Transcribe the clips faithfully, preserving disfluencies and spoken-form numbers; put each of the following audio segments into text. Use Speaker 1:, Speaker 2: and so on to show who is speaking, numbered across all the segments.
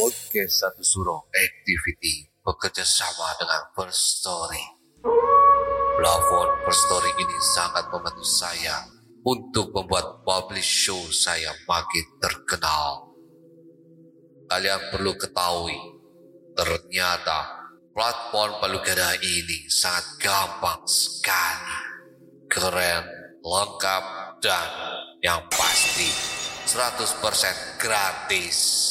Speaker 1: Podcast Satu Suro Activity bekerja sama dengan First Story. Platform First Story ini sangat membantu saya untuk membuat publish show saya makin terkenal. Kalian perlu ketahui, ternyata platform Palugada ini sangat gampang sekali, keren, lengkap, dan yang pasti seratus persen gratis.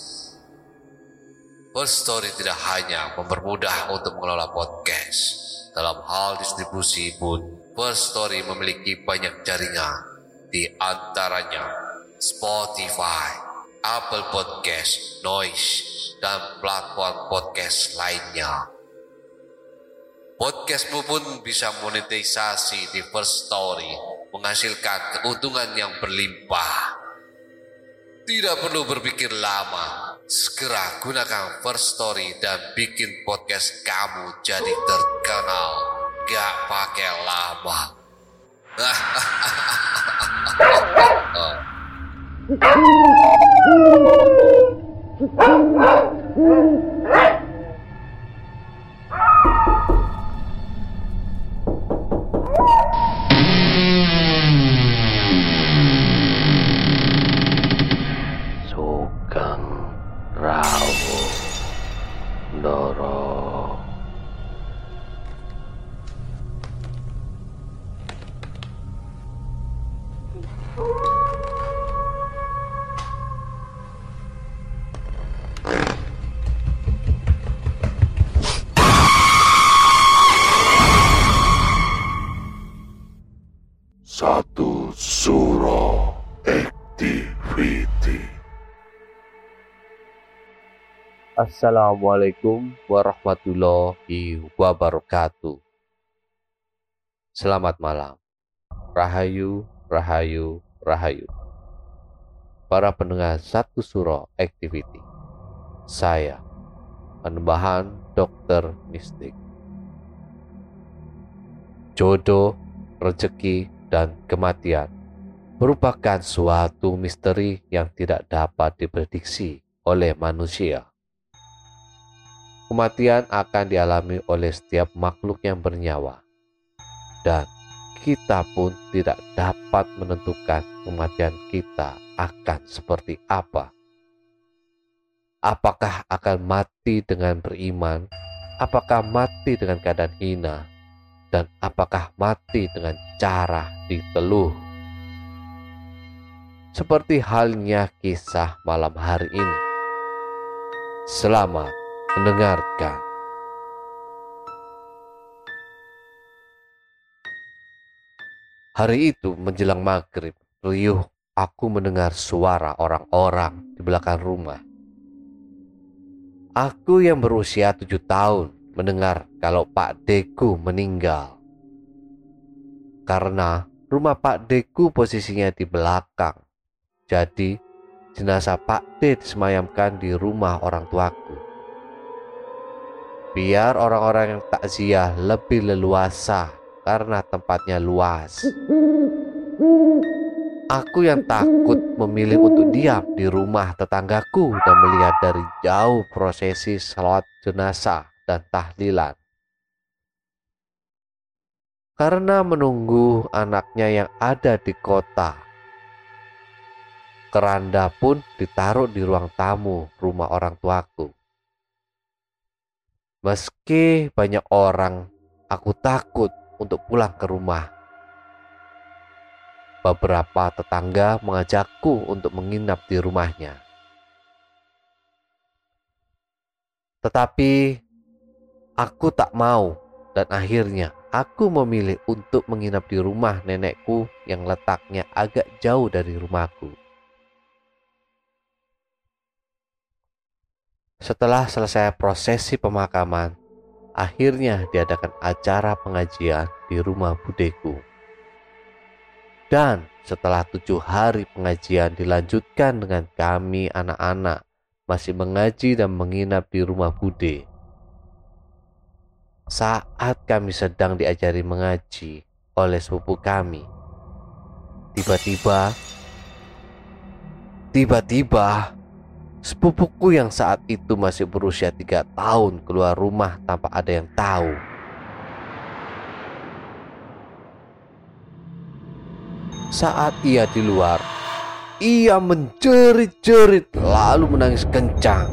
Speaker 1: First Story tidak hanya mempermudah untuk mengelola podcast, dalam hal distribusi pun First Story memiliki banyak jaringan, di antaranya Spotify, Apple Podcast, Noise, dan platform podcast lainnya. Podcastmu pun bisa monetisasi di First Story, menghasilkan keuntungan yang berlimpah. Tidak perlu berpikir lama, segera gunakan First Story dan bikin podcast kamu jadi terkenal. Gak pakai lama.
Speaker 2: Sugeng Rawuh Ndara. Satu Suro Activity.
Speaker 3: Assalamualaikum warahmatullahi wabarakatuh. Selamat malam. Rahayu, rahayu, rahayu. Para pendengar Satu Suro Activity. Saya, Penembahan Dokter Mistik. Jodoh, rezeki, dan kematian merupakan suatu misteri yang tidak dapat diprediksi oleh manusia. Kematian akan dialami oleh setiap makhluk yang bernyawa, dan kita pun tidak dapat menentukan kematian kita akan seperti apa. Apakah akan mati dengan beriman, apakah mati dengan keadaan hina, dan apakah mati dengan cara diteluh. Seperti halnya kisah malam hari ini. Selamat mendengarkan. Hari itu menjelang maghrib, riuh aku mendengar suara orang-orang di belakang rumah. Aku yang berusia tujuh tahun mendengar kalau Pak Deku meninggal. Karena rumah Pak Deku posisinya di belakang, jadi jenazah Pak D disemayamkan di rumah orang tuaku. Biar orang-orang yang takziah lebih leluasa karena tempatnya luas. Aku yang takut memilih untuk diam di rumah tetanggaku dan melihat dari jauh prosesi salat jenazah dan tahlilan. Karena menunggu anaknya yang ada di kota, keranda pun ditaruh di ruang tamu rumah orang tuaku. Meski banyak orang, aku takut untuk pulang ke rumah. Beberapa tetangga mengajakku untuk menginap di rumahnya. Tetapi aku tak mau, dan akhirnya aku memilih untuk menginap di rumah nenekku yang letaknya agak jauh dari rumahku. Setelah selesai prosesi pemakaman, akhirnya diadakan acara pengajian di rumah budeku. Dan setelah tujuh hari pengajian dilanjutkan dengan kami anak-anak masih mengaji dan menginap di rumah bude. Saat kami sedang diajari mengaji oleh sepupu kami, tiba-tiba, tiba-tiba Sepupuku yang saat itu masih berusia tiga tahun keluar rumah tanpa ada yang tahu. Saat ia di luar, ia menjerit-jerit lalu menangis kencang.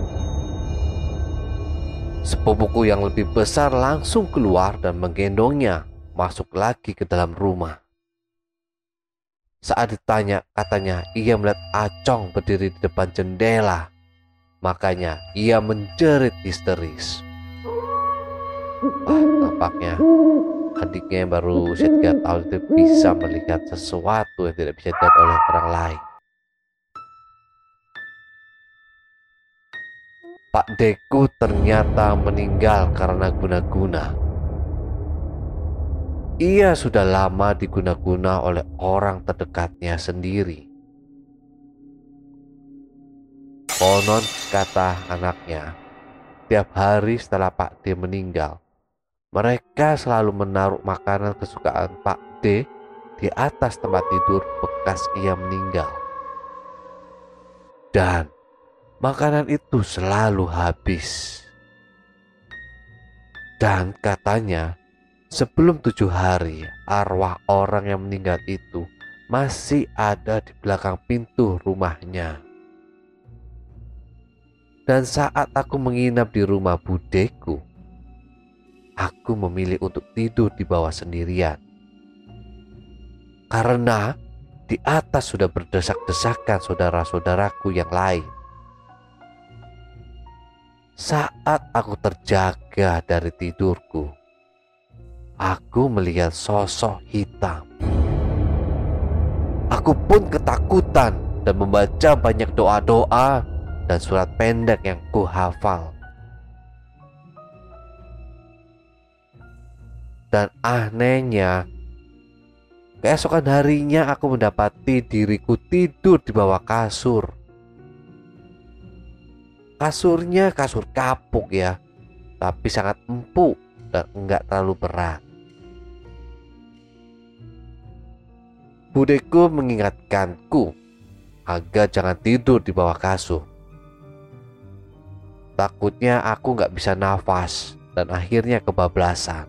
Speaker 3: Sepupuku yang lebih besar langsung keluar dan menggendongnya masuk lagi ke dalam rumah. Saat ditanya, katanya ia melihat Acong berdiri di depan jendela. Makanya ia menjerit histeris. Wah, tampaknya adiknya yang baru usia tiga tahun itu bisa melihat sesuatu yang tidak bisa dilihat oleh orang lain. Pak Deku ternyata meninggal karena guna-guna. Ia sudah lama diguna-guna oleh orang terdekatnya sendiri. Konon kata anaknya, tiap hari setelah Pak D meninggal, mereka selalu menaruh makanan kesukaan Pak D di atas tempat tidur bekas ia meninggal. Dan makanan itu selalu habis. Dan katanya, sebelum tujuh hari, arwah orang yang meninggal itu masih ada di belakang pintu rumahnya. Dan saat aku menginap di rumah budeku, aku memilih untuk tidur di bawah sendirian. Karena di atas sudah berdesak-desakan saudara-saudaraku yang lain. Saat aku terjaga dari tidurku, aku melihat sosok hitam. Aku pun ketakutan dan membaca banyak doa-doa dan surat pendek yang ku hafal. Dan anehnya, keesokan harinya aku mendapati diriku tidur di bawah kasur. Kasurnya kasur kapuk ya, tapi sangat empuk dan enggak terlalu berat. Budeku mengingatkanku agar jangan tidur di bawah kasur. Takutnya aku nggak bisa nafas dan akhirnya kebablasan.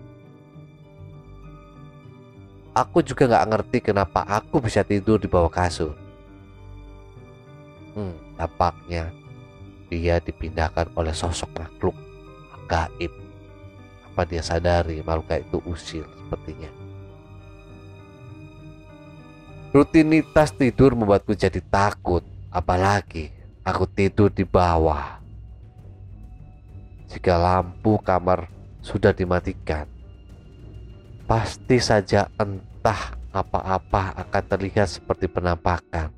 Speaker 3: Aku juga nggak ngerti kenapa aku bisa tidur di bawah kasur. Hmm, tampaknya dia dipindahkan oleh sosok makhluk gaib. Apa dia sadari makhluk itu usil sepertinya. Rutinitas tidur membuatku jadi takut, apalagi aku tidur di bawah. Jika lampu kamar sudah dimatikan, pasti saja entah apa-apa akan terlihat seperti penampakan.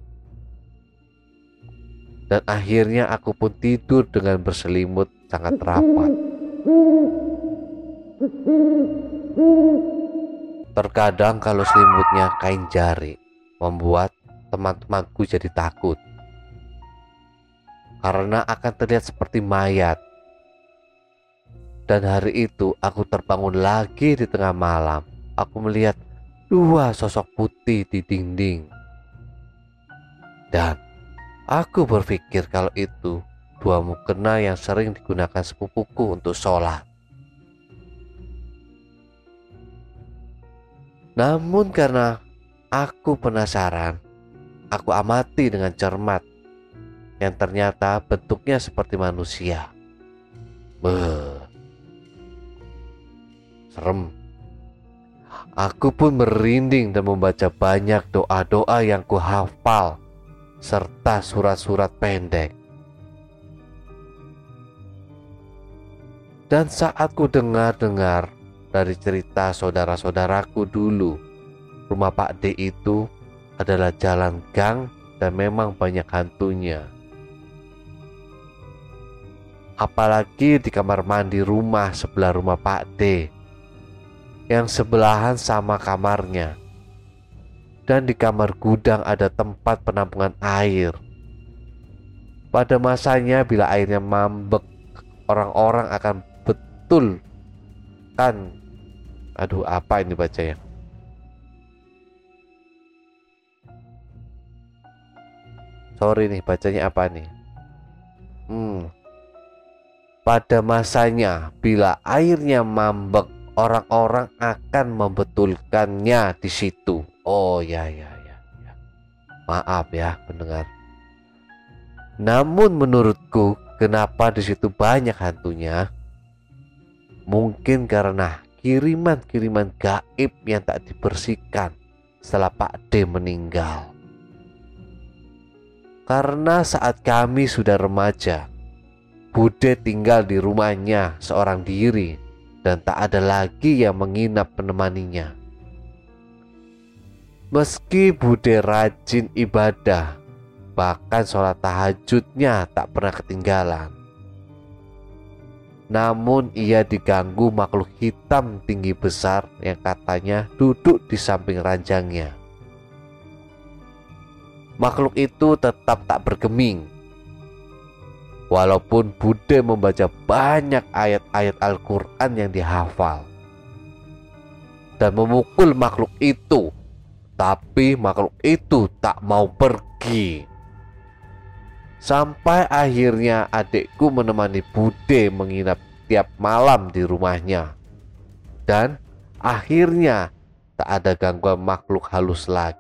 Speaker 3: Dan akhirnya aku pun tidur dengan berselimut sangat rapat. Terkadang kalau selimutnya kain jari, membuat teman-temanku jadi takut. Karena akan terlihat seperti mayat. Dan hari itu aku terbangun lagi di tengah malam. Aku melihat dua sosok putih di dinding. Dan aku berpikir kalau itu dua mukena yang sering digunakan sepupuku untuk sholat. Namun karena aku penasaran, aku amati dengan cermat yang ternyata bentuknya seperti manusia. Beuh, serem. Aku pun merinding dan membaca banyak doa-doa yang kuhafal serta surat-surat pendek. Dan saat ku dengar-dengar dari cerita saudara-saudaraku dulu, rumah Pak D itu adalah jalan gang dan memang banyak hantunya. Apalagi di kamar mandi rumah sebelah rumah Pak D, yang sebelahan sama kamarnya. Dan di kamar gudang ada tempat penampungan air. Pada masanya bila airnya mambek, orang-orang akan betul kan, aduh apa ini bacanya, sorry nih bacanya apa nih, Hmm. Pada masanya, bila airnya mambek, orang-orang akan membetulkannya di situ. Oh ya ya ya, ya. Maaf ya pendengar. Namun menurutku, kenapa di situ banyak hantunya? Mungkin karena kiriman-kiriman gaib yang tak dibersihkan setelah Pak D meninggal. Karena saat kami sudah remaja, Bude tinggal di rumahnya seorang diri dan tak ada lagi yang menginap menemaninya. Meski Bude rajin ibadah, bahkan sholat tahajudnya tak pernah ketinggalan, namun ia diganggu makhluk hitam tinggi besar yang katanya duduk di samping ranjangnya. Makhluk itu tetap tak bergeming, walaupun Bude membaca banyak ayat-ayat Al-Quran yang dihafal dan memukul makhluk itu, tapi makhluk itu tak mau pergi. Sampai akhirnya adikku menemani Bude menginap tiap malam di rumahnya. Dan akhirnya tak ada gangguan makhluk halus lagi.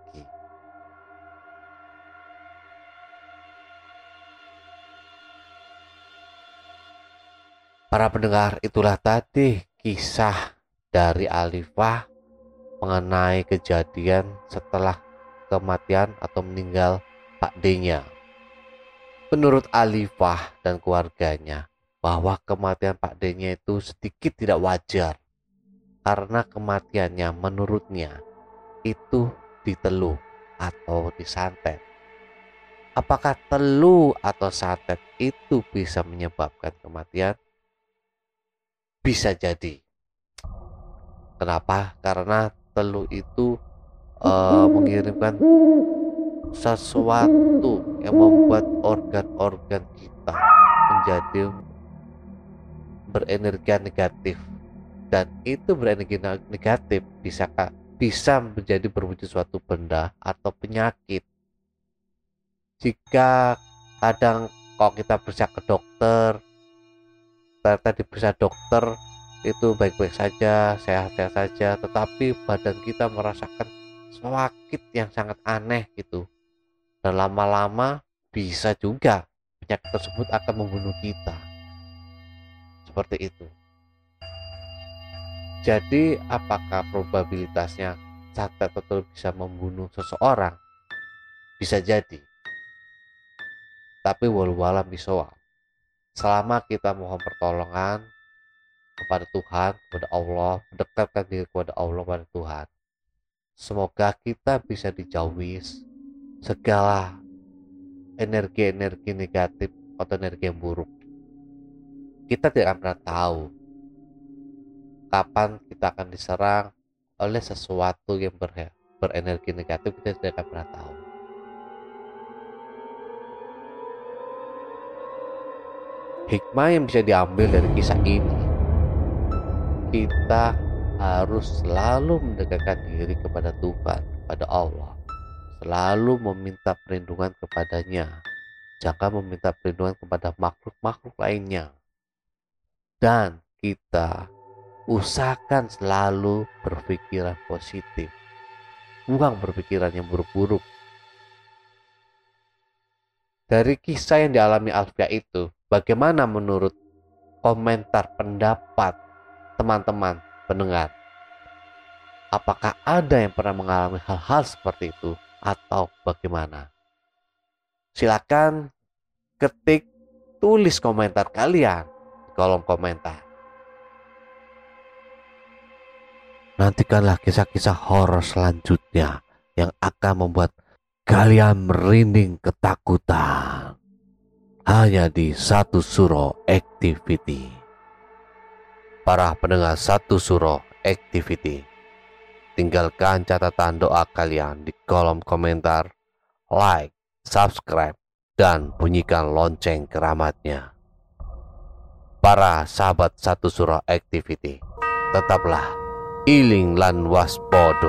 Speaker 3: Para pendengar, itulah tadi kisah dari Alifah mengenai kejadian setelah kematian atau meninggal Pak D-nya. Menurut Alifah dan keluarganya, bahwa kematian Pak D-nya itu sedikit tidak wajar karena kematiannya menurutnya itu diteluh atau disantet. Apakah teluh atau santet itu bisa menyebabkan kematian? Bisa jadi. Kenapa? Karena teluh itu uh, mengirimkan sesuatu yang membuat organ-organ kita menjadi berenergi negatif, dan itu berenergi negatif bisa bisa menjadi berwujud suatu benda atau penyakit. Jika kadang kalau kita periksa ke dokter, ternyata diperiksa dokter itu baik-baik saja, sehat-sehat saja, tetapi badan kita merasakan sakit yang sangat aneh gitu. Dan lama-lama bisa juga penyakit tersebut akan membunuh kita. Seperti itu. Jadi apakah probabilitasnya santet betul bisa membunuh seseorang? Bisa jadi. Tapi walau alam bisawab, selama kita mohon pertolongan kepada Tuhan, kepada Allah, mendekatkan diri kepada Allah, kepada Tuhan, semoga kita bisa dijauhi segala energi-energi negatif atau energi yang buruk. Kita tidak akan pernah tahu kapan kita akan diserang oleh sesuatu yang ber berenergi negatif. Kita tidak akan pernah tahu. Hikmah yang bisa diambil dari kisah ini, kita harus selalu mendekatkan diri kepada Tuhan, kepada Allah, selalu meminta perlindungan kepadanya, jangan meminta perlindungan kepada makhluk-makhluk lainnya. Dan kita usahakan selalu berpikiran positif, buang berpikiran yang buruk-buruk. Dari kisah yang dialami Alfiah itu, bagaimana menurut komentar pendapat teman-teman pendengar? Apakah ada yang pernah mengalami hal-hal seperti itu atau bagaimana? Silakan ketik, tulis komentar kalian di kolom komentar. Nantikanlah kisah-kisah horor selanjutnya yang akan membuat kalian merinding ketakutan. Hanya di Satu Suro Activity. Para pendengar Satu Suro Activity, tinggalkan catatan doa kalian di kolom komentar, like, subscribe, dan bunyikan lonceng keramatnya. Para sahabat Satu Suro Activity, tetaplah iling lan waspodo.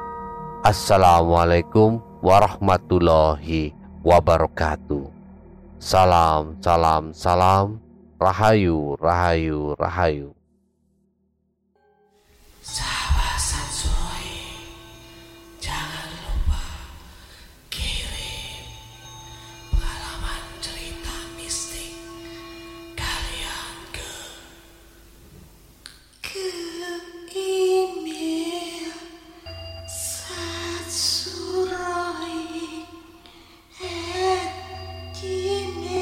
Speaker 3: Assalamualaikum warahmatullahi wabarakatuh. Salam, salam, salam. Rahayu, rahayu, rahayu.
Speaker 4: Sahabat Sansoi, jangan lupa kirim pengalaman cerita mistik kalian ke ke email satsuroi at gmail